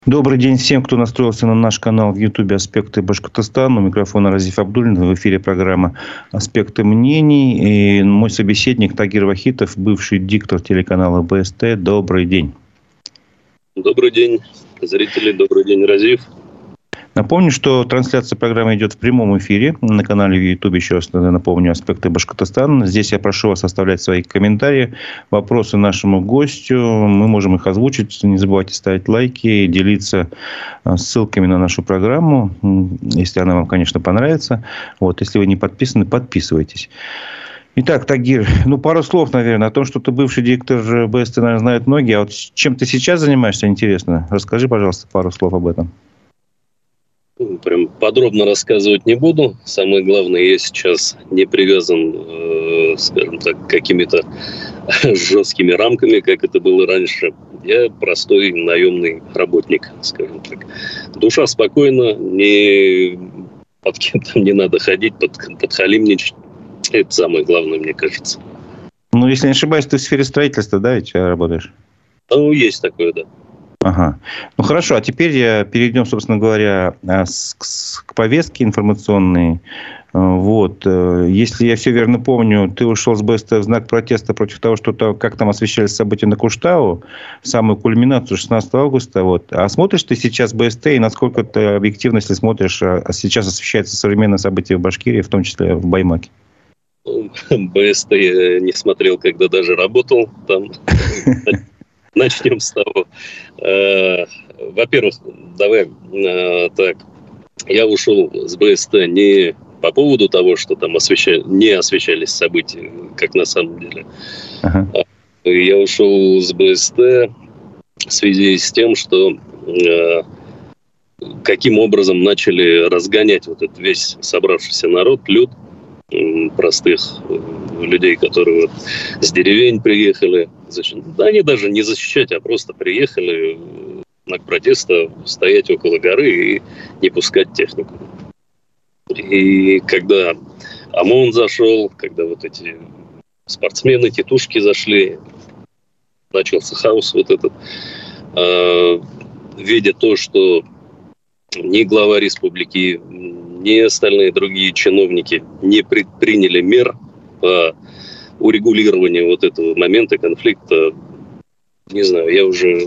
Добрый день всем, кто настроился на наш канал в Ютубе «Аспекты Башкортостана». У микрофона Разиф Абдуллин. В эфире программа «Аспекты мнений». И мой собеседник Тагир Вахитов, бывший диктор телеканала БСТ. Добрый день. Добрый день, зрители. Добрый день, Разиф. Напомню, что трансляция программы идет в прямом эфире на канале в Ютубе. Еще раз напомню, «Аспекты Башкортостана». Здесь я прошу вас оставлять свои комментарии, вопросы нашему гостю. Мы можем их озвучить. Не забывайте ставить лайки, делиться ссылками на нашу программу, если она вам, конечно, понравится. Если вы не подписаны, подписывайтесь. Итак, Тагир, пару слов, наверное, о том, что ты бывший диктор БСТ, наверное, знают многие. А вот чем ты сейчас занимаешься, интересно? Расскажи, пожалуйста, пару слов об этом. Прям подробно рассказывать не буду. Самое главное, я сейчас не привязан, скажем так, к какими-то жесткими рамками, как это было раньше. Я простой наемный работник, скажем так. Душа спокойна, под кем-то не надо ходить, подхалимничать. Это самое главное, мне кажется. Если не ошибаюсь, ты в сфере строительства, да, ведь работаешь? Есть такое, да. Ага. Хорошо. А теперь перейдем, собственно говоря, к повестке информационной. Если я все верно помню, ты ушел с БСТ в знак протеста против того, как там освещались события на Куштау, в самую кульминацию 16 августа. А смотришь ты сейчас БСТ, и насколько ты объективно, если смотришь, сейчас освещается современное событие в Башкирии, в том числе в Баймаке? БСТ я не смотрел, когда даже работал там. Начнем с того. Во-первых, давай так. Я ушел с БСТ не по поводу того, что там не освещались события, как на самом деле. Ага. Я ушел с БСТ в связи с тем, что каким образом начали разгонять этот весь собравшийся народ, люд, простых людей, которые с деревень приехали. Да, они даже не защищать, а просто приехали в знак протеста стоять около горы и не пускать технику. И когда ОМОН зашел, когда эти спортсмены, тетушки зашли, начался хаос этот. Видя то, что ни глава республики, ни остальные другие чиновники не предприняли мер по урегулированию этого момента конфликта, не знаю, я уже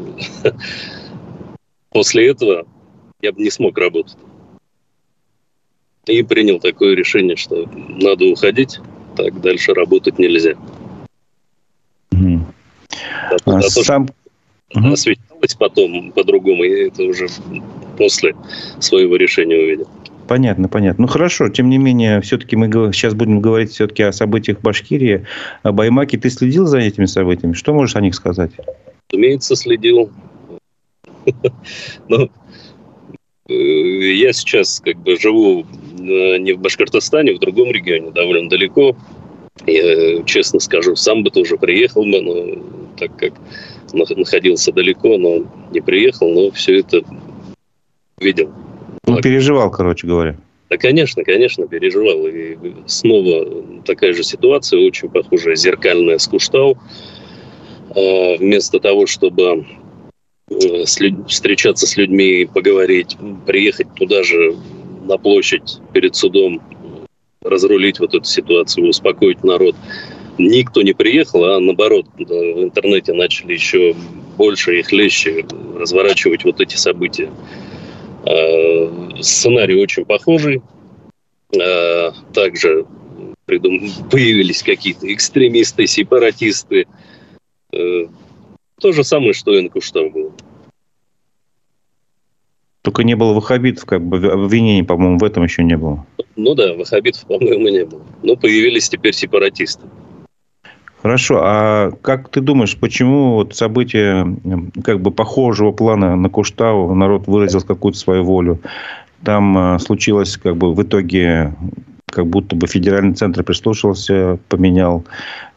после этого я бы не смог работать. И принял такое решение, что надо уходить, так дальше работать нельзя. Освещалось потом по-другому, я это уже после своего решения увидел. Понятно. Хорошо. Тем не менее, все-таки мы сейчас будем говорить все-таки о событиях в Башкирии, о Баймаке. Ты следил за этими событиями? Что можешь о них сказать? Разумеется, следил. Я сейчас живу не в Башкортостане, в другом регионе, довольно далеко. Я, честно скажу, сам бы тоже приехал бы, но так как находился далеко, но не приехал, но все это видел. Переживал, короче говоря. Да, конечно, переживал. И снова такая же ситуация, очень похожая, зеркальная с Куштау. Вместо того, чтобы встречаться с людьми и поговорить, приехать туда же на площадь перед судом, разрулить эту ситуацию, успокоить народ. Никто не приехал, а наоборот, в интернете начали еще больше и хлеще разворачивать эти события. Сценарий очень похожий. Также появились какие-то экстремисты, сепаратисты. То же самое, что и на Куштау было. Только не было ваххабитов, обвинений, по-моему, в этом еще не было. Ваххабитов, по-моему, не было. Но появились теперь сепаратисты. Хорошо. А как ты думаешь, почему события похожего плана на Куштау, народ выразил какую-то свою волю? Там случилось в итоге, как будто бы федеральный центр прислушался, поменял,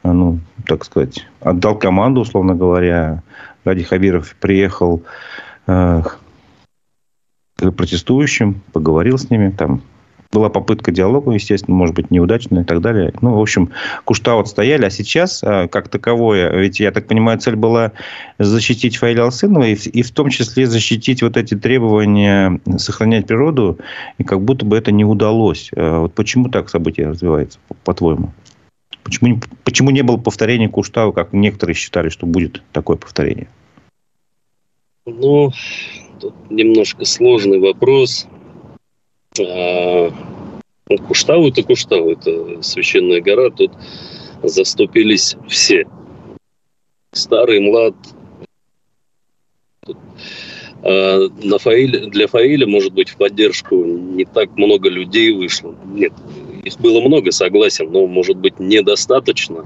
отдал команду, условно говоря. Ради Хабиров приехал к протестующим, поговорил с ними, Была попытка диалога, естественно, может быть, неудачная и так далее. Ну, в общем, Куштау отстояли. А сейчас, как таковое, ведь, я так понимаю, цель была защитить Фаиля Алсынова и в том числе защитить вот эти требования сохранять природу. И как будто бы это не удалось. Вот почему так событие развивается, по-твоему? Почему не было повторения Куштау, как некоторые считали, что будет такое повторение? Ну, тут немножко сложный вопрос. Куштау – это Куштау, это священная гора. Тут заступились все. Старый, млад. Для Фаиля, может быть, в поддержку не так много людей вышло. Нет, их было много, согласен, но, может быть, недостаточно.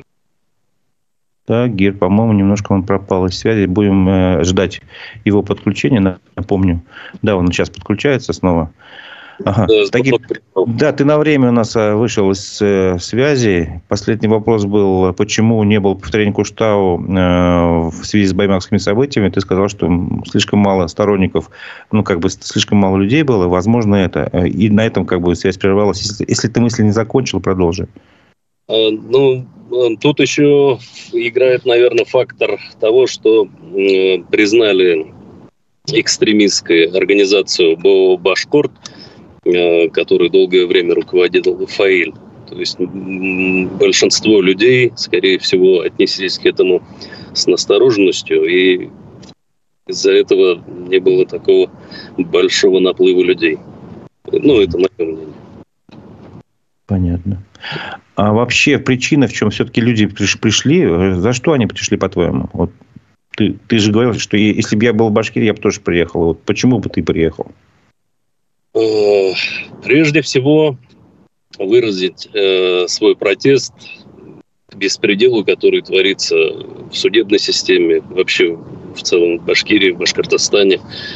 Да, Гир, по-моему, немножко он пропал из связи. Будем ждать его подключения. Напомню. Да, он сейчас подключается снова. Ага. Тагир, да, ты на время у нас вышел из связи. Последний вопрос был, почему не было повторения Куштау в связи с баймакскими событиями. Ты сказал, что слишком мало сторонников, слишком мало людей было. Возможно, это. И на этом связь прервалась. Если ты мысли не закончил, продолжи. Тут еще играет, наверное, фактор того, что признали экстремистскую организацию Башкорт, который долгое время руководил Фаиль. То есть большинство людей, скорее всего, отнеслись к этому с настороженностью, и из-за этого не было такого большого наплыва людей. Это мое мнение. Понятно. А вообще причина, в чем все-таки люди пришли, за что они пришли, по-твоему? Вот ты же говорил, что если бы я был в Башкирии, я бы тоже приехал. Вот почему бы ты приехал? Прежде всего, выразить свой протест к беспределу, который творится в судебной системе, вообще в целом в Башкирии, в Башкортостане.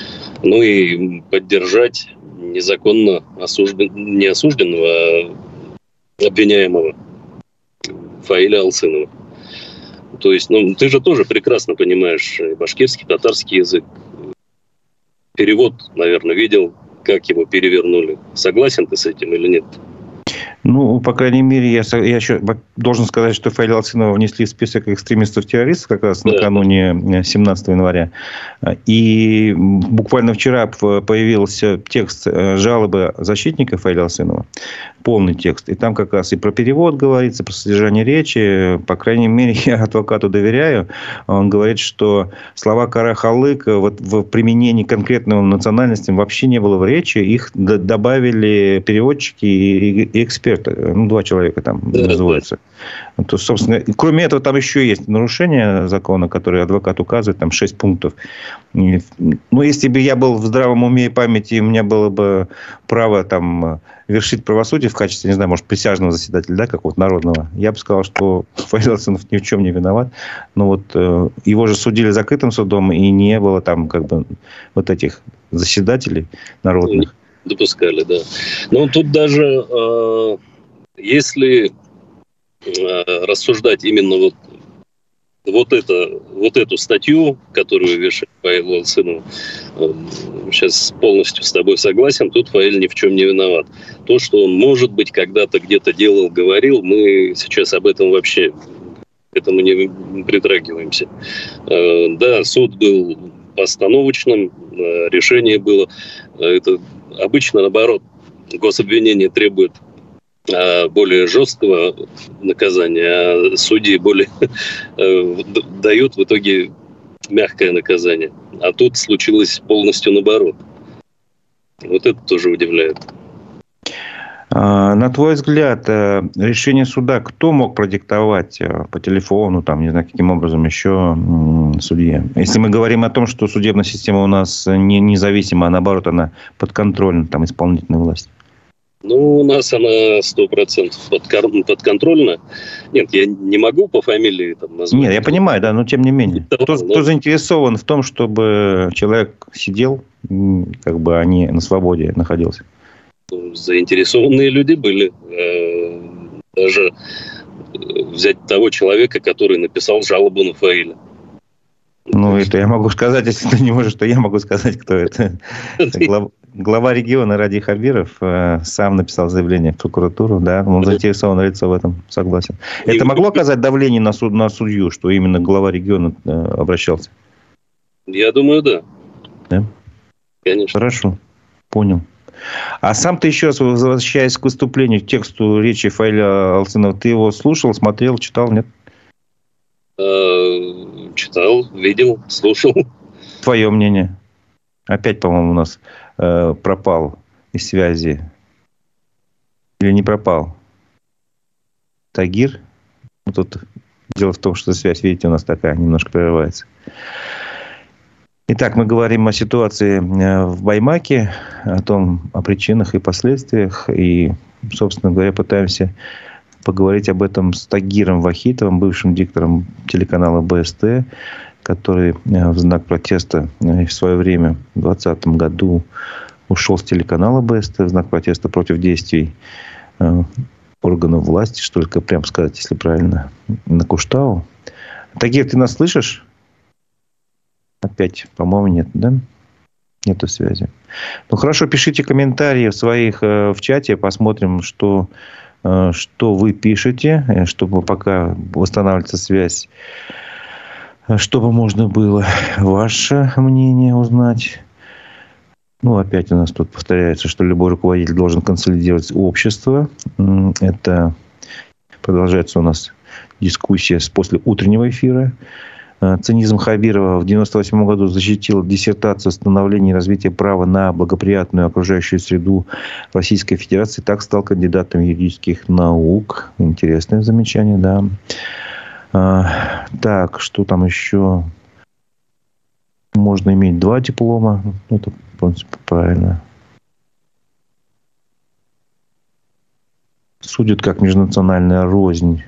И поддержать незаконно не осужденного, а обвиняемого Фаиля Алсынова. То есть, ты же тоже прекрасно понимаешь башкирский, татарский язык. Перевод, наверное, видел, как его перевернули. Согласен ты с этим или нет? По крайней мере, я еще должен сказать, что Фаиля Алсынова внесли в список экстремистов-террористов как раз накануне 17 января. И буквально вчера появился текст жалобы защитника Фаиля Алсынова. Полный текст. И там как раз и про перевод говорится, про содержание речи. По крайней мере, я адвокату доверяю. Он говорит, что слова Кара-Халык в применении конкретным национальностям вообще не было в речи. Их добавили переводчики и эксперты. 2 человека там называются. То, собственно, кроме этого, там еще есть нарушения закона, которые адвокат указывает, там 6 пунктов. Если бы я был в здравом уме и памяти, у меня было бы право там вершить правосудие в качестве, не знаю, может, присяжного заседателя, да, какого-то народного, я бы сказал, что Фаиль Алсынов ни в чем не виноват. Но его же судили закрытым судом, и не было там вот этих заседателей народных. Допускали, да. Тут даже если рассуждать именно вот эту статью, которую вешает Фаиль Алсынов, сейчас полностью с тобой согласен, тут Фаиль ни в чем не виноват. То, что он, может быть, когда-то где-то делал, говорил, мы сейчас об этом вообще к этому не притрагиваемся. Да, суд был постановочным, решение было. Это обычно наоборот. Гособвинение требует более жесткого наказания, а судьи дают в итоге мягкое наказание. А тут случилось полностью наоборот. Вот это тоже удивляет. На твой взгляд, решение суда кто мог продиктовать по телефону, не знаю, каким образом еще судье? Если мы говорим о том, что судебная система у нас не независима, а наоборот, она подконтрольна исполнительной власти. У нас она 100% подконтрольна. Нет, я не могу по фамилии назвать. Нет, я понимаю, да, но тем не менее. Кто заинтересован в том, чтобы человек сидел, а не на свободе находился? Заинтересованные люди были. Даже взять того человека, который написал жалобу на Фаиля. Это я могу сказать, если ты не можешь, то я могу сказать, кто это. глава региона Ради Хабиров сам написал заявление в прокуратуру, да, он заинтересованное лицо в этом, согласен. Это могло оказать давление на судью, что именно глава региона обращался? Я думаю, да. Да? Конечно. Хорошо, понял. А сам ты еще раз, возвращаясь к выступлению, к тексту речи Фаиля Алсынова, ты его слушал, смотрел, читал, нет? Читал, видел, слушал. Твое мнение? Опять, по-моему, у нас пропал из связи. Или не пропал? Тагир? Тут дело в том, что связь, видите, у нас такая, немножко прерывается. Итак, мы говорим о ситуации в Баймаке, о причинах и последствиях. И, собственно говоря, пытаемся поговорить об этом с Тагиром Вахитовым, бывшим диктором телеканала БСТ, который в знак протеста в свое время, в 2020 году, ушел с телеканала БСТ в знак протеста против действий органов власти, что ли, прям сказать, если правильно, на Куштау. Тагир, ты нас слышишь? Опять, по-моему, нет, да? Нету связи. Ну, хорошо, пишите комментарии своих в чате, посмотрим, что вы пишете, чтобы пока восстанавливается связь, чтобы можно было ваше мнение узнать. Ну, опять у нас тут повторяется, что любой руководитель должен консолидировать общество. Это продолжается у нас дискуссия после утреннего эфира. Цинизм Хабирова в 1998 году защитил диссертацию «Становление и развитие права на благоприятную окружающую среду Российской Федерации». Так стал кандидатом юридических наук. Интересное замечание, да. Так, что там еще? Можно иметь 2 диплома. Это, в принципе, правильно. Судят как межнациональная рознь.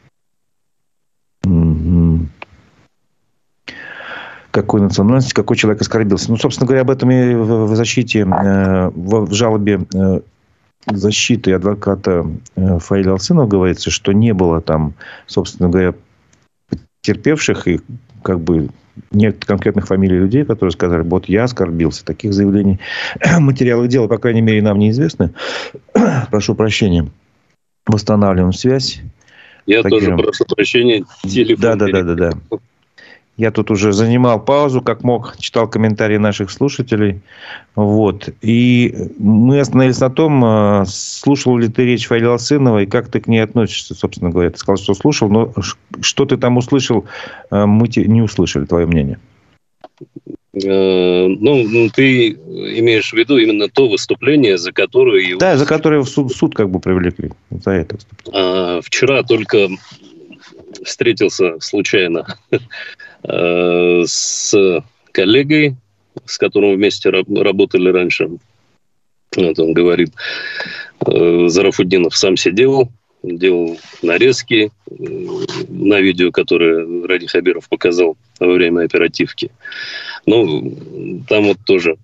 Какой национальности, какой человек оскорбился. Ну, собственно говоря, об этом и в защите, в жалобе защиты адвоката Фаиля Алсынова говорится, что не было там, собственно говоря, терпевших и как бы нет конкретных фамилий людей, которые сказали, вот я оскорбился. Таких заявлений, материалов дела, по крайней мере, нам неизвестны. Прошу прощения. Восстанавливаем связь. Я тоже прошу прощения. Телефон Да. Я тут уже занимал паузу, как мог, читал комментарии наших слушателей. Вот. И мы остановились на том, слушал ли ты речь Фаиля Алсынова и как ты к ней относишься, собственно говоря. Ты сказал, что слушал, но что ты там услышал, мы не услышали, твое мнение. Ну, ты имеешь в виду именно то выступление, за которое... Да, за которое в суд как бы привлекли. За это выступление. Вчера только встретился случайно с коллегой, с которым вместе работали раньше. Вот он говорит, Зарафуддинов сам сидел, делал нарезки на видео, которое Ради Хабиров показал во время оперативки. Ну, там вот тоже.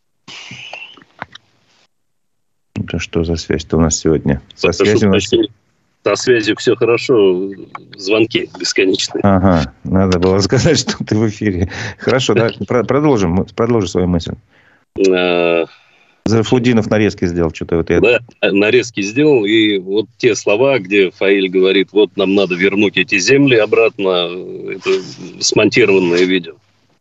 Это что за связь-то у нас сегодня? Со связью все хорошо, звонки бесконечные. Ага, надо было сказать, что ты в эфире. Хорошо, да, продолжи свою мысль. Зарафуддинов нарезки сделал, что-то вот это. Да, нарезки сделал, и вот те слова, где Фаиль говорит, вот нам надо вернуть эти земли обратно, это смонтированное видео.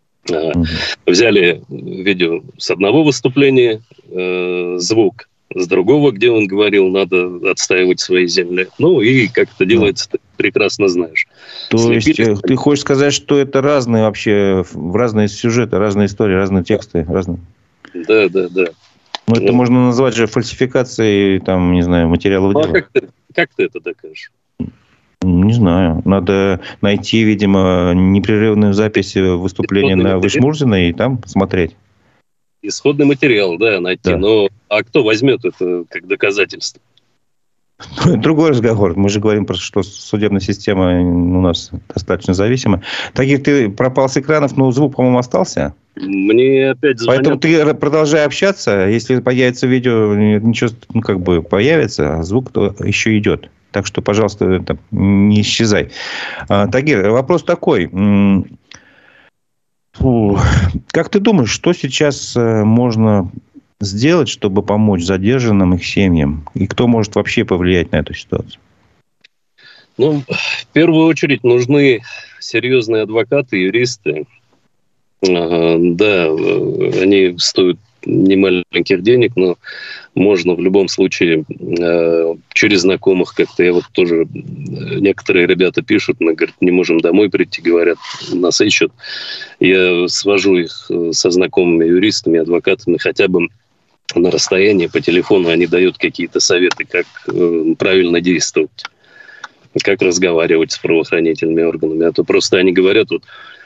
Взяли видео с одного выступления, звук с другого, где он говорил, надо отстаивать свои земли. Ну, и как это делается, ты прекрасно знаешь. То есть, ты хочешь сказать, что это разные вообще, разные сюжеты, разные истории, разные тексты, разные? Да. Ну, это можно назвать же фальсификацией, там, не знаю, материалов дела. А как ты это докажешь? Не знаю. Надо найти, видимо, непрерывную запись выступления на Вышмурзиной и там смотреть. Исходный материал, да, найти. Да. Но кто возьмет это как доказательство? Другой разговор. Мы же говорим просто, что судебная система у нас достаточно зависима. Тагир, ты пропал с экранов, но звук, по-моему, остался. Мне опять звонят. Поэтому ты продолжай общаться. Если появится видео, ничего, как бы появится, а звук еще идет. Так что, пожалуйста, не исчезай. Тагир, вопрос такой. Как ты думаешь, что сейчас можно сделать, чтобы помочь задержанным, их семьям? И кто может вообще повлиять на эту ситуацию? Ну, в первую очередь нужны серьезные адвокаты, юристы. Да, они стоят немаленьких денег, но можно в любом случае через знакомых как-то. Я вот тоже, некоторые ребята пишут, мы, говорят, не можем домой прийти, говорят, нас ищут. Я свожу их со знакомыми юристами, адвокатами, хотя бы на расстоянии по телефону они дают какие-то советы, как правильно действовать, как разговаривать с правоохранительными органами. А то просто они говорят, вот,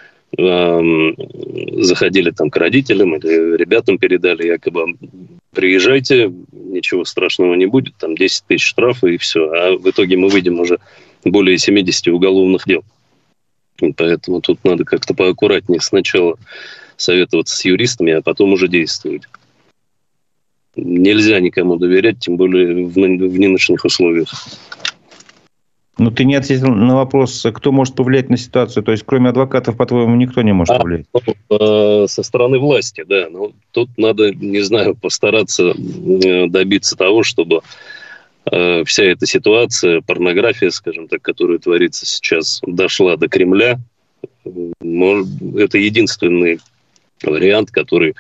заходили там к родителям или ребятам передали, якобы приезжайте, ничего страшного не будет, там 10 тысяч штрафа и все. А в итоге мы выйдем уже более 70 уголовных дел. И поэтому тут надо как-то поаккуратнее сначала советоваться с юристами, а потом уже действовать. Нельзя никому доверять, тем более в нынешних условиях. Ну, ты не ответил на вопрос, кто может повлиять на ситуацию. То есть, кроме адвокатов, по-твоему, никто не может повлиять? Со стороны власти, да. Но тут надо, не знаю, постараться добиться того, чтобы вся эта ситуация, порнография, скажем так, которая творится сейчас, дошла до Кремля. Это единственный вариант, который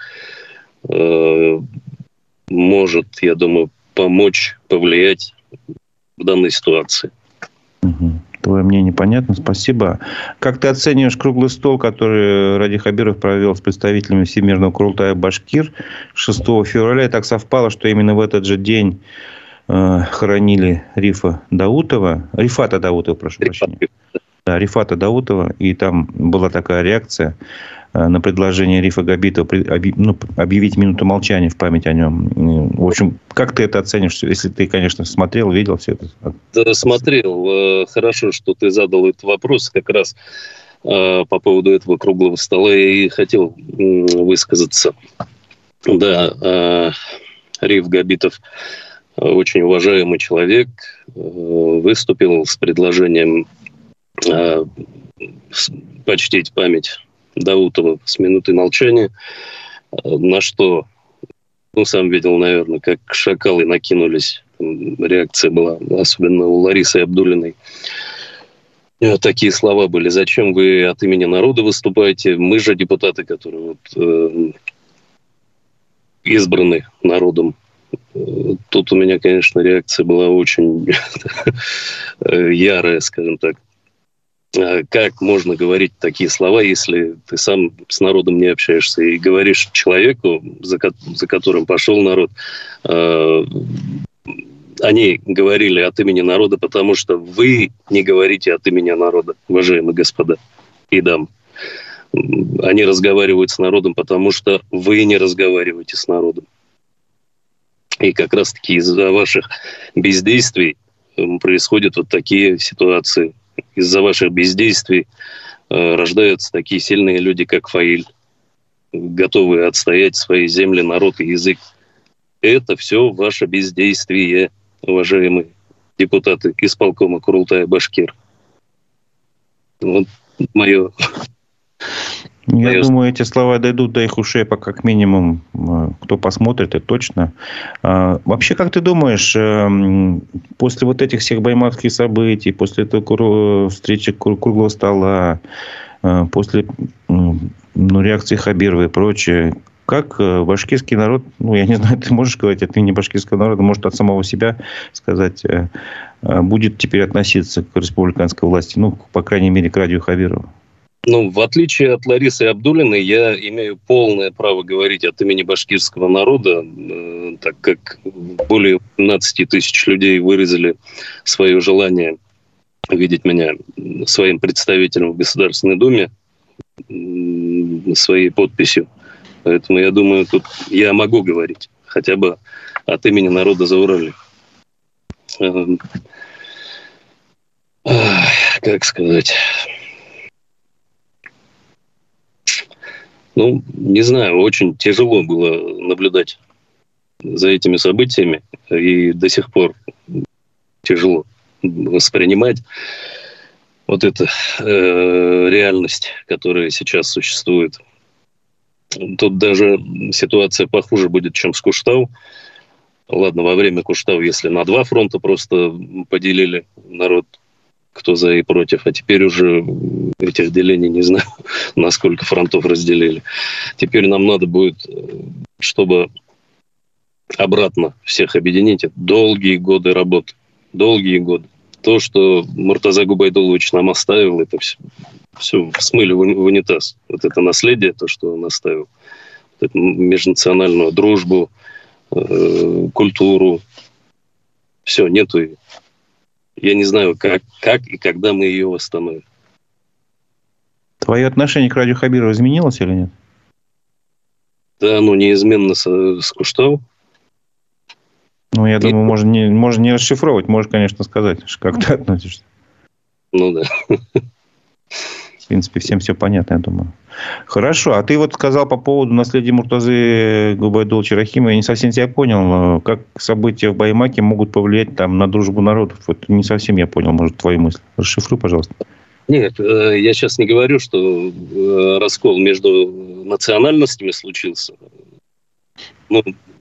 может, я думаю, помочь, повлиять в данной ситуации. Твое мнение понятно, спасибо. Как ты оцениваешь круглый стол, который Ради Хабиров провел с представителями Всемирного Курултая Башкир 6 февраля? И так совпало, что именно в этот же день хоронили Рифата Даутова, прошу прощения. Да, Рифата Даутова. И там была такая реакция на предложение Рифа Габитова объявить минуту молчания в память о нем. В общем, как ты это оценишь, если ты, конечно, смотрел, видел все это? Да, смотрел. Хорошо, что ты задал этот вопрос. Как раз по поводу этого круглого стола я и хотел высказаться. Да, Риф Габитов очень уважаемый человек, выступил с предложением почтить память Даутова с минутой молчания, на что, сам видел, наверное, как шакалы накинулись. Реакция была, особенно у Ларисы Абдуллиной. Такие слова были: зачем вы от имени народа выступаете? Мы же депутаты, которые избраны народом. Тут у меня, конечно, реакция была очень ярая, скажем так. Как можно говорить такие слова, если ты сам с народом не общаешься и говоришь человеку, за которым пошел народ? Они говорили от имени народа, потому что вы не говорите от имени народа, уважаемые господа и дамы. Они разговаривают с народом, потому что вы не разговариваете с народом. И как раз-таки из-за ваших бездействий происходят вот такие ситуации. Из-за ваших бездействий рождаются такие сильные люди, как Фаиль, готовые отстоять свои земли, народ и язык. Это все ваше бездействие, уважаемые депутаты исполкома Курултая Башкир. Вот мое... Я думаю, эти слова дойдут до их ушей, пока как минимум, кто посмотрит, это точно. Вообще, как ты думаешь, после вот этих всех баймакских событий, после этой встречи круглого стола, после реакции Хабирова и прочее, как башкирский народ, я не знаю, ты можешь говорить от имени башкирского народа, может, от самого себя сказать, будет теперь относиться к республиканской власти, по крайней мере, к Радию Хабирову? В отличие от Ларисы Абдуллиной, я имею полное право говорить от имени башкирского народа, так как более 15 тысяч людей выразили свое желание видеть меня своим представителем в Государственной Думе, своей подписью. Поэтому я думаю, тут я могу говорить хотя бы от имени народа Заурали. Как сказать... не знаю, очень тяжело было наблюдать за этими событиями, и до сих пор тяжело воспринимать вот эту реальность, которая сейчас существует. Тут даже ситуация похуже будет, чем с Куштау. Ладно, во время Куштау, если на 2 фронта просто поделили народ, кто за и против, а теперь уже этих делений не знаю, на сколько фронтов разделили. Теперь нам надо будет, чтобы обратно всех объединить, это долгие годы работы, долгие годы. То, что Муртаза Губайдулович нам оставил, это все смыли в унитаз. Вот это наследие, то, что он оставил, вот эту межнациональную дружбу, культуру, все, нету ее. Я не знаю, как и когда мы ее восстановим. Твое отношение к Радию Хабирова изменилось или нет? Да, оно неизменно с Куштау. Ну, я думаю, можно не расшифровывать, можешь, конечно, сказать, как ты относишься. Ну, да. В принципе, всем все понятно, я думаю. Хорошо. А ты вот сказал по поводу наследия Муртазы Губайдуловича Рахимова. Я не совсем тебя понял. Как события в Баймаке могут повлиять там на дружбу народов? Вот не совсем я понял, может, твои мысли. Расшифруй, пожалуйста. Нет, я сейчас не говорю, что раскол между национальностями случился. Ну,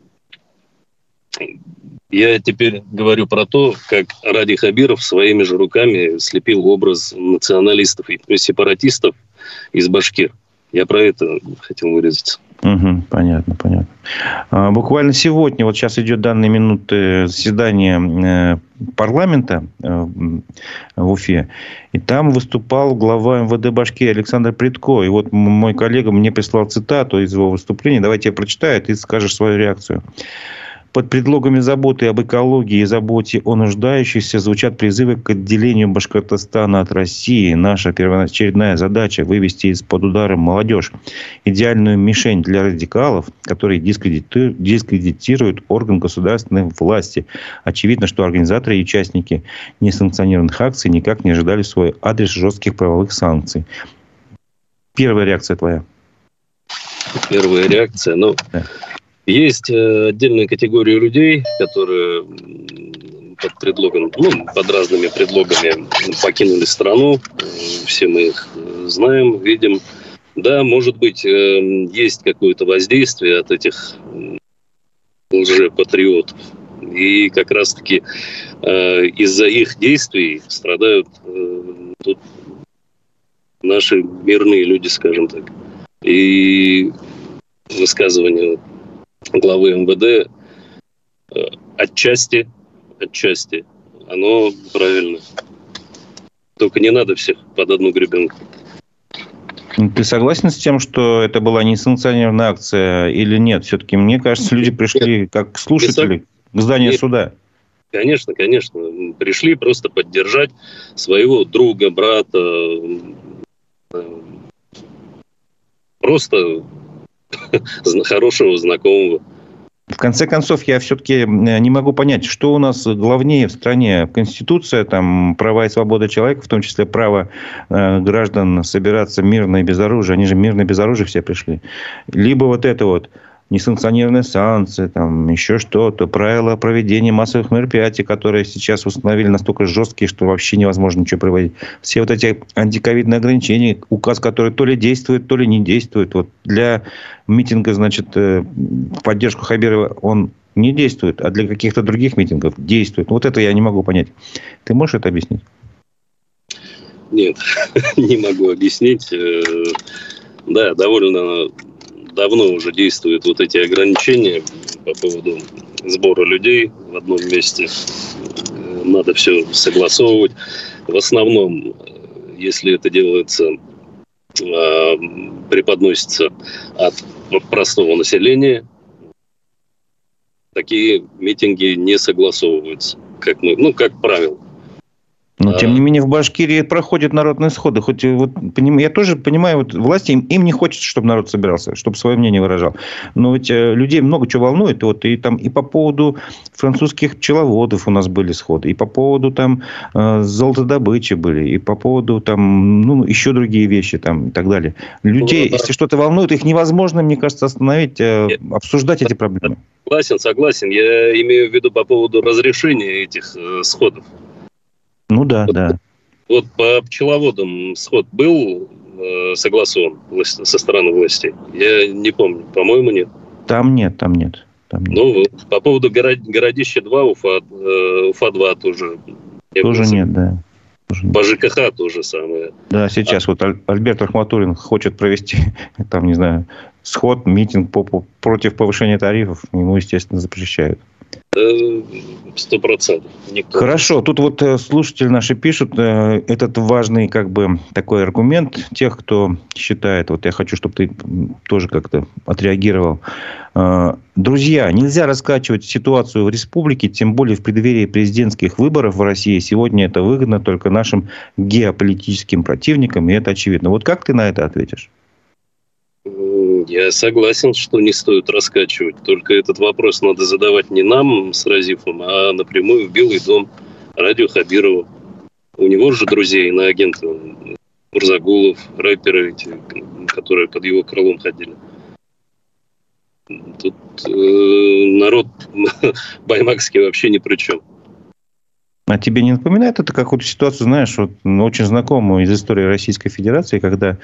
я теперь говорю про то, как Ради Хабиров своими же руками слепил образ националистов и сепаратистов из башкир. Я про это хотел выразиться. Угу, понятно. Буквально сегодня, вот сейчас идет данные минуты заседания парламента в Уфе, и там выступал глава МВД Башкирии Александр Прядко. И вот мой коллега мне прислал цитату из его выступления. Давайте я прочитаю, ты скажешь свою реакцию. Под предлогами заботы об экологии и заботе о нуждающихся звучат призывы к отделению Башкортостана от России. Наша первоочередная задача – вывести из-под удара молодежь. Идеальную мишень для радикалов, которые дискредитируют орган государственной власти. Очевидно, что организаторы и участники несанкционированных акций никак не ожидали в свой адрес жестких правовых санкций. Первая реакция твоя. Первая реакция, да. Есть отдельная категория людей, которые под разными предлогами покинули страну. Все мы их знаем, видим. Да, может быть, есть какое-то воздействие от этих лжепатриотов. И как раз-таки из-за их действий страдают тут наши мирные люди, скажем так. И высказывания главы МВД отчасти оно правильно. Только не надо всех под одну гребенку. Ты согласен с тем, что это была несанкционированная акция или нет? Все-таки, мне кажется, люди пришли как слушатели к зданию суда. Конечно. Пришли просто поддержать своего друга, брата. Просто хорошего знакомого. В конце концов, я все-таки не могу понять, что у нас главнее в стране. Конституция, там, права и свобода человека, в том числе право граждан собираться мирно и без оружия. Они же мирно и без оружия все пришли. Либо вот это вот несанкционированные санкции, там, еще что-то, правила проведения массовых мероприятий, которые сейчас установили настолько жесткие, что вообще невозможно ничего проводить. Все вот эти антиковидные ограничения, указ, который то ли действует, то ли не действует. Вот для митинга, значит, в поддержку Хабирова он не действует, а для каких-то других митингов действует. Вот это я не могу понять. Ты можешь это объяснить? Нет, не могу объяснить. Да, довольно давно уже действуют вот эти ограничения по поводу сбора людей в одном месте. Надо все согласовывать. В основном, если это делается, преподносится от простого населения, такие митинги не согласовываются, как правило. Но, тем не менее, в Башкирии проходят народные сходы. Хоть вот, я тоже понимаю, вот власти им не хочется, чтобы народ собирался, чтобы свое мнение выражал. Но ведь людей много чего волнует. И по поводу французских пчеловодов у нас были сходы. И по поводу там золотодобычи были. И по поводу там, еще другие вещи там, и так далее. Людей, если что-то волнует, их невозможно, мне кажется, остановить, обсуждать эти проблемы. Согласен. Я имею в виду по поводу разрешения этих сходов. Да. Вот по пчеловодам сход был согласован со стороны властей? Я не помню. По-моему, нет. Там нет. Ну, по поводу Городище-2, Уфа-2 тоже. Тоже нет, да. По ЖКХ то же самое. Да, сейчас вот Альберт Рахматуллин хочет провести, там, не знаю, сход, митинг против повышения тарифов. Ему, естественно, запрещают. 100%. Хорошо, тут вот слушатели наши пишут этот важный как бы такой аргумент тех, кто считает, вот я хочу, чтобы ты тоже как-то отреагировал. Друзья, нельзя раскачивать ситуацию в республике, тем более в преддверии президентских выборов в России. Сегодня это выгодно только нашим геополитическим противникам, и это очевидно. Вот как ты на это ответишь? Я согласен, что не стоит раскачивать. Только этот вопрос надо задавать не нам с Разифом, а напрямую в Белый дом, Радио Хабирову. У него же друзей иноагенты. Мурзагулов, рэперы эти, которые под его крылом ходили. Тут народ баймакский вообще ни при чем. А тебе не напоминает это какую-то ситуацию, знаешь, вот, очень знакомую из истории Российской Федерации, когда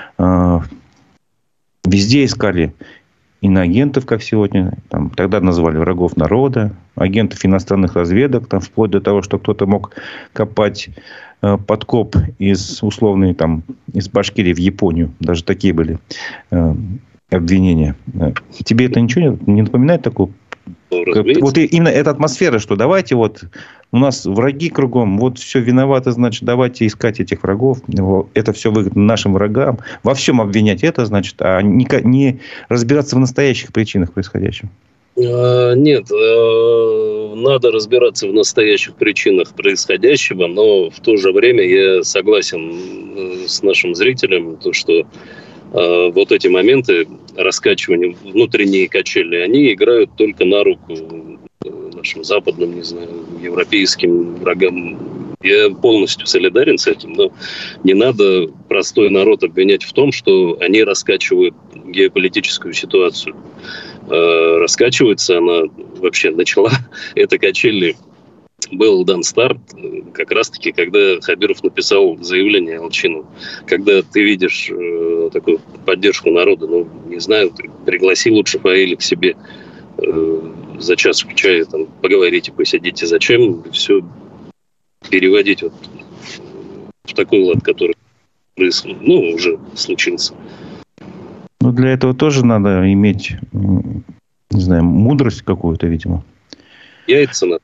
везде искали иноагентов, как сегодня. Там, тогда называли врагов народа, агентов иностранных разведок, там, вплоть до того, что кто-то мог копать подкоп из условной, там, из Башкирии в Японию. Даже такие были обвинения. Тебе это ничего не напоминает такого? Вот именно эта атмосфера, что давайте вот у нас враги кругом, вот все виноваты, значит, давайте искать этих врагов. Это все выгодно нашим врагам. Во всем обвинять это, значит, а не разбираться в настоящих причинах происходящего. Нет, надо разбираться в настоящих причинах происходящего, но в то же время я согласен с нашим зрителем, то, что вот эти моменты раскачивания, внутренние качели, они играют только на руку нашим западным, не знаю, европейским врагам. Я полностью солидарен с этим, но не надо простой народ обвинять в том, что они раскачивают геополитическую ситуацию. Раскачивается она, вообще начала, эта качели, был дан старт как раз-таки, когда Хабиров написал заявление Алчину. Когда ты видишь такую поддержку народа, ну, не знаю, ты пригласи лучше Фаиля к себе за час в чае, там, поговорите, посидите. Зачем все переводить вот в такой лад, который уже случился? Ну, для этого тоже надо иметь, не знаю, мудрость какую-то, видимо. Яйца надо.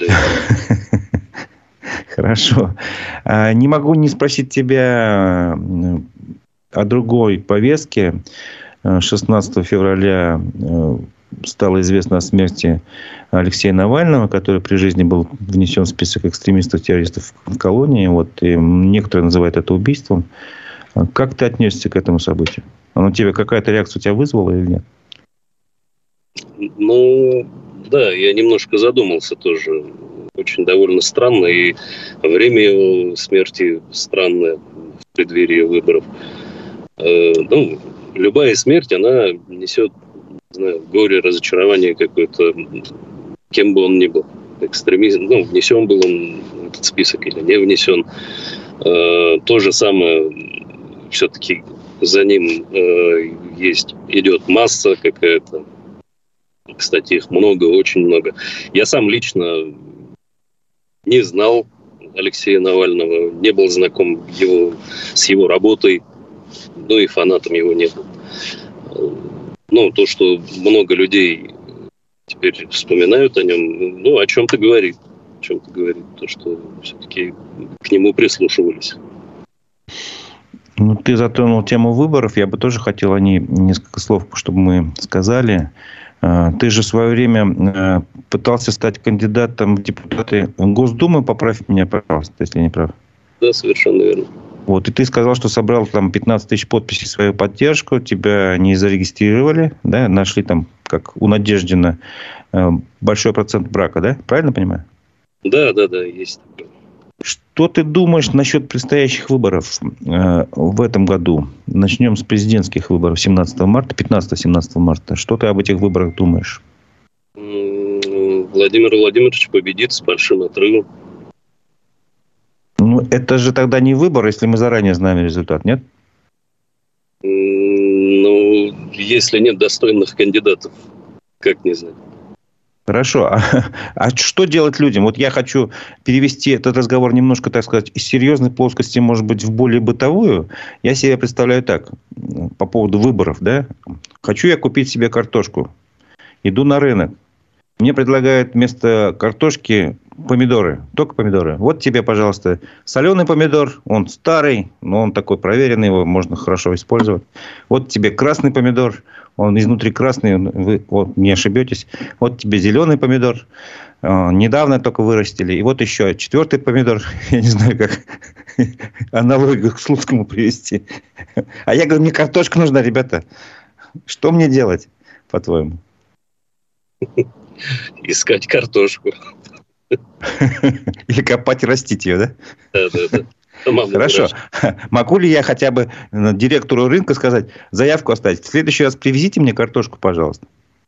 Хорошо. Не могу не спросить тебя о другой повестке. 16 февраля стало известно о смерти Алексея Навального, который при жизни был внесен в список экстремистов-террористов в колонии. Вот, и некоторые называют это убийством. Как ты отнесешься к этому событию? Оно тебе какая-то реакция у тебя вызвала или нет? Ну, да, я немножко задумался тоже. Очень довольно странно. И время его смерти странное в преддверии выборов. Ну, любая смерть, она несет, не знаю, горе, разочарование какое-то, кем бы он ни был. Экстремизм, ну, внесен был он в этот список или не внесен. То же самое, все-таки за ним идет масса какая-то. Кстати, их много, очень много. Я сам лично не знал Алексея Навального, не был знаком с его работой, ну и фанатом его не был. Ну, то, что много людей теперь вспоминают о нем, ну, о чем-то говорит. О чем-то говорит. То, что все-таки к нему прислушивались. Ну, ты затронул тему выборов. Я бы тоже хотел о ней несколько слов, чтобы мы сказали. Ты же в свое время пытался стать кандидатом в депутаты Госдумы. Поправь меня, пожалуйста, если я не прав. Да, совершенно верно. Вот, и ты сказал, что собрал там 15 тысяч подписей в свою поддержку, тебя не зарегистрировали, да, нашли там, как у Надеждина, большой процент брака, да? Правильно понимаю? Да, есть такое. Что ты думаешь насчет предстоящих выборов в этом году? Начнем с президентских выборов 17 марта, 15-17 марта. Что ты об этих выборах думаешь? Владимир Владимирович победит с большим отрывом. Ну, это же тогда не выбор, если мы заранее знаем результат, нет? Ну, если нет достойных кандидатов, как не знать. Хорошо. А что делать людям? Вот я хочу перевести этот разговор немножко, так сказать, из серьезной плоскости, может быть, в более бытовую. Я себе представляю так, по поводу выборов, да. Хочу я купить себе картошку. Иду на рынок. Мне предлагают вместо картошки помидоры. Только помидоры. Вот тебе, пожалуйста, соленый помидор. Он старый, но он такой проверенный. Его можно хорошо использовать. Вот тебе красный помидор. Он изнутри красный. Вы вот, не ошибетесь. Вот тебе зеленый помидор. Недавно только вырастили. И вот еще 4-й помидор. Я не знаю, как аналогию к Слуцкому привести. А я говорю, мне картошка нужна, ребята. Что мне делать, по-твоему? Искать картошку. Или копать и растить ее, да? Да. Хорошо. Могу ли я хотя бы директору рынка сказать, заявку оставить? В следующий раз привезите мне картошку, пожалуйста.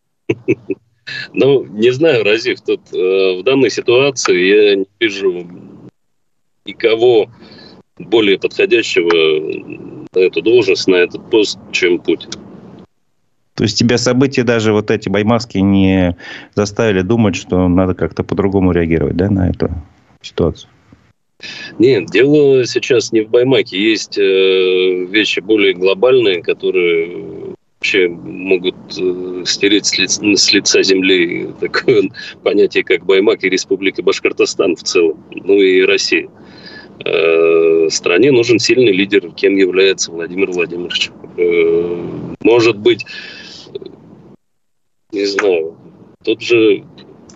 Ну, не знаю, Разив, тут в данной ситуации я не вижу никого более подходящего на эту должность, на этот пост, чем Путин. То есть тебя события даже вот эти баймакские не заставили думать, что надо как-то по-другому реагировать, да, на эту ситуацию? Нет, дело сейчас не в Баймаке. Есть вещи более глобальные, которые вообще могут стереть с лица земли такое понятие, как Баймак и Республика Башкортостан в целом, ну и Россия. Стране нужен сильный лидер, кем является Владимир Владимирович. Может быть, не знаю, тут же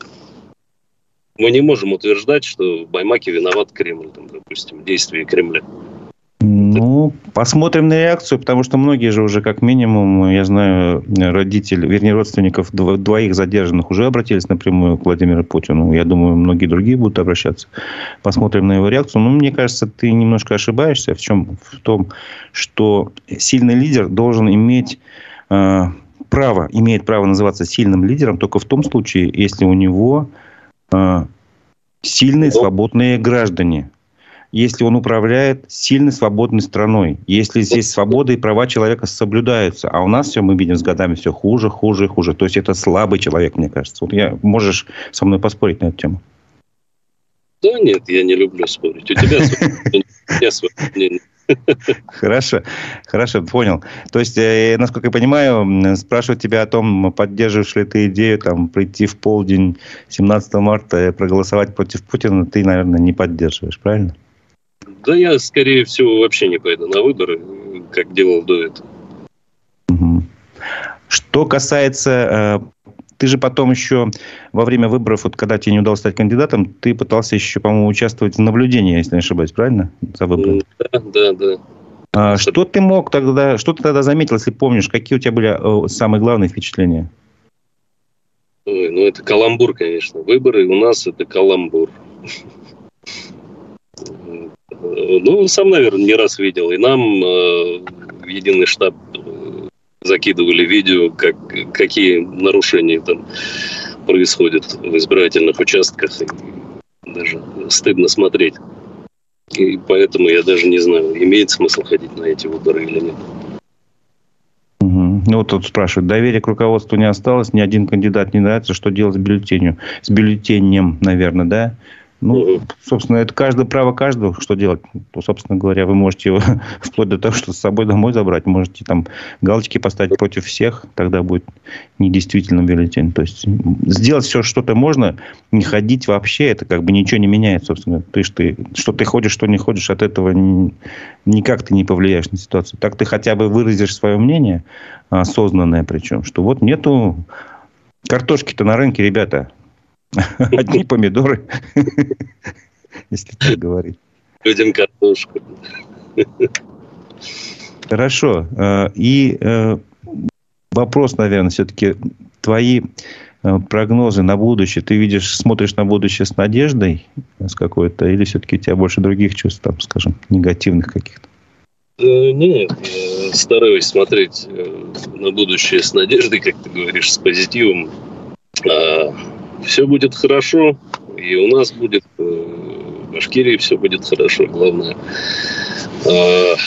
мы не можем утверждать, что в Баймаке виноват Кремль, там, допустим, действия Кремля. Ну, посмотрим на реакцию, потому что многие же уже, как минимум, я знаю, родственников двоих задержанных уже обратились напрямую к Владимиру Путину. Я думаю, многие другие будут обращаться. Посмотрим на его реакцию. Но мне кажется, ты немножко ошибаешься в том, что сильный лидер должен иметь имеет право называться сильным лидером только в том случае, если у него сильные свободные граждане. Если он управляет сильной свободной страной. Если здесь свобода и права человека соблюдаются. А у нас все, мы видим, с годами все хуже. То есть, это слабый человек, мне кажется. Вот можешь со мной поспорить на эту тему? Да нет, я не люблю спорить. У тебя свое мнение. Хорошо, понял. То есть, насколько я понимаю, спрашивать тебя о том, поддерживаешь ли ты идею прийти в полдень 17 марта и проголосовать против Путина, ты, наверное, не поддерживаешь, правильно? Да я, скорее всего, вообще не пойду на выборы, как делал до этого. Угу. Что касается... Ты же потом еще во время выборов, вот когда тебе не удалось стать кандидатом, ты пытался еще, по-моему, участвовать в наблюдении, если не ошибаюсь, правильно? За выборами. Да. Что ты тогда заметил, если помнишь, какие у тебя были самые главные впечатления? Ой, ну это каламбур, конечно. Выборы у нас это каламбур. Ну, сам, наверное, не раз видел. И нам в единый штаб закидывали видео, какие нарушения там происходят в избирательных участках. И даже стыдно смотреть. И поэтому я даже не знаю, имеет смысл ходить на эти выборы или нет. Угу. Ну, вот тут спрашивают, доверия к руководству не осталось, ни один кандидат не нравится, что делать с бюллетенем, наверное, да? Ну, собственно, это право каждого, что делать. То, собственно говоря, вы можете его вплоть до того, что с собой домой забрать. Можете там галочки поставить против всех. Тогда будет недействительным бюллетень. То есть, сделать все, что-то можно. Не ходить вообще. Это как бы ничего не меняет, собственно. Что ты ходишь, что не ходишь, от этого никак ты не повлияешь на ситуацию. Так ты хотя бы выразишь свое мнение, осознанное причем, что вот нету картошки-то на рынке, ребята. Одни помидоры, если так говорить. Людям картошку. Хорошо. И вопрос, наверное, все-таки твои прогнозы на будущее. Ты смотришь на будущее с надеждой с какой-то, или все-таки у тебя больше других чувств, там, скажем, негативных каких-то? Нет, я стараюсь смотреть на будущее с надеждой, как ты говоришь, с позитивом. Все будет хорошо, и у нас будет, в Башкирии все будет хорошо, главное.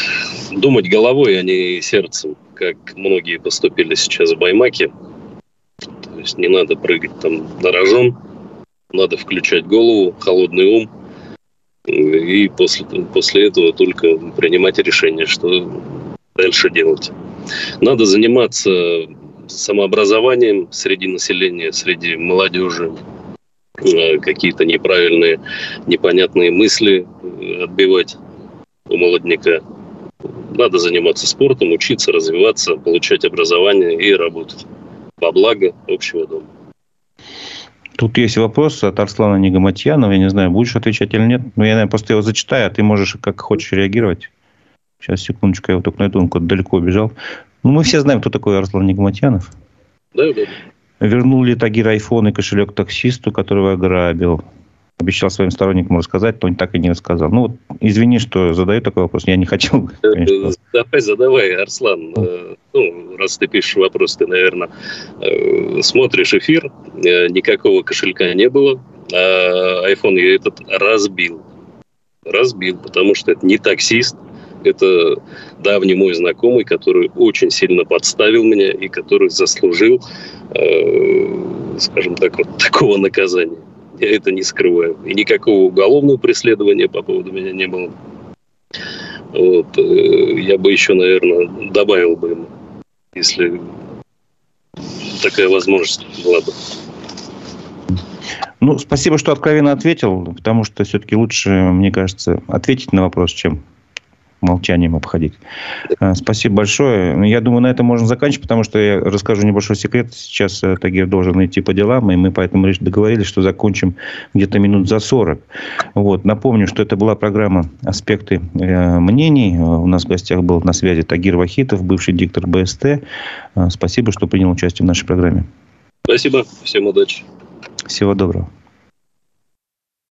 думать головой, а не сердцем, как многие поступили сейчас в Баймаке. То есть не надо прыгать там на рожон, надо включать голову, холодный ум, и после этого только принимать решение, что дальше делать. Надо заниматься самообразованием среди населения, среди молодежи, какие-то неправильные, непонятные мысли отбивать у молодняка. Надо заниматься спортом, учиться, развиваться, получать образование и работать во благо общего дома. Тут есть вопрос от Арслана Нигаматьянова. Я не знаю, будешь отвечать или нет. Но я, наверное, просто его зачитаю, а ты можешь как хочешь реагировать. Сейчас, секундочку, я его только найду. Он куда-то далеко убежал. Ну, мы все знаем, кто такой Арслан Нигаматьянов. Да. Вернул ли Тагир айфон и кошелек таксисту, которого ограбил? Обещал своим сторонникам рассказать, но так и не рассказал. Ну, вот, извини, что задаю такой вопрос. Я не хотел, конечно. Давай, задавай, Арслан. Раз ты пишешь вопрос, ты, наверное, смотришь эфир. Никакого кошелька не было. А айфон я этот разбил. Потому что это не таксист. Это давний мой знакомый, который очень сильно подставил меня и который заслужил, скажем так, вот такого наказания. Я это не скрываю. И никакого уголовного преследования по поводу меня не было. Вот. Я бы еще, наверное, добавил бы ему, если такая возможность была бы. Ну, спасибо, что откровенно ответил, потому что все-таки лучше, мне кажется, ответить на вопрос, чем молчанием обходить. Спасибо большое. Я думаю, на этом можно заканчивать, потому что я расскажу небольшой секрет. Сейчас Тагир должен идти по делам, и мы поэтому договорились, что закончим где-то минут за 40. Вот. Напомню, что это была программа «Аспекты мнений». У нас в гостях был на связи Тагир Вахитов, бывший диктор БСТ. Спасибо, что принял участие в нашей программе. Спасибо. Всем удачи. Всего доброго.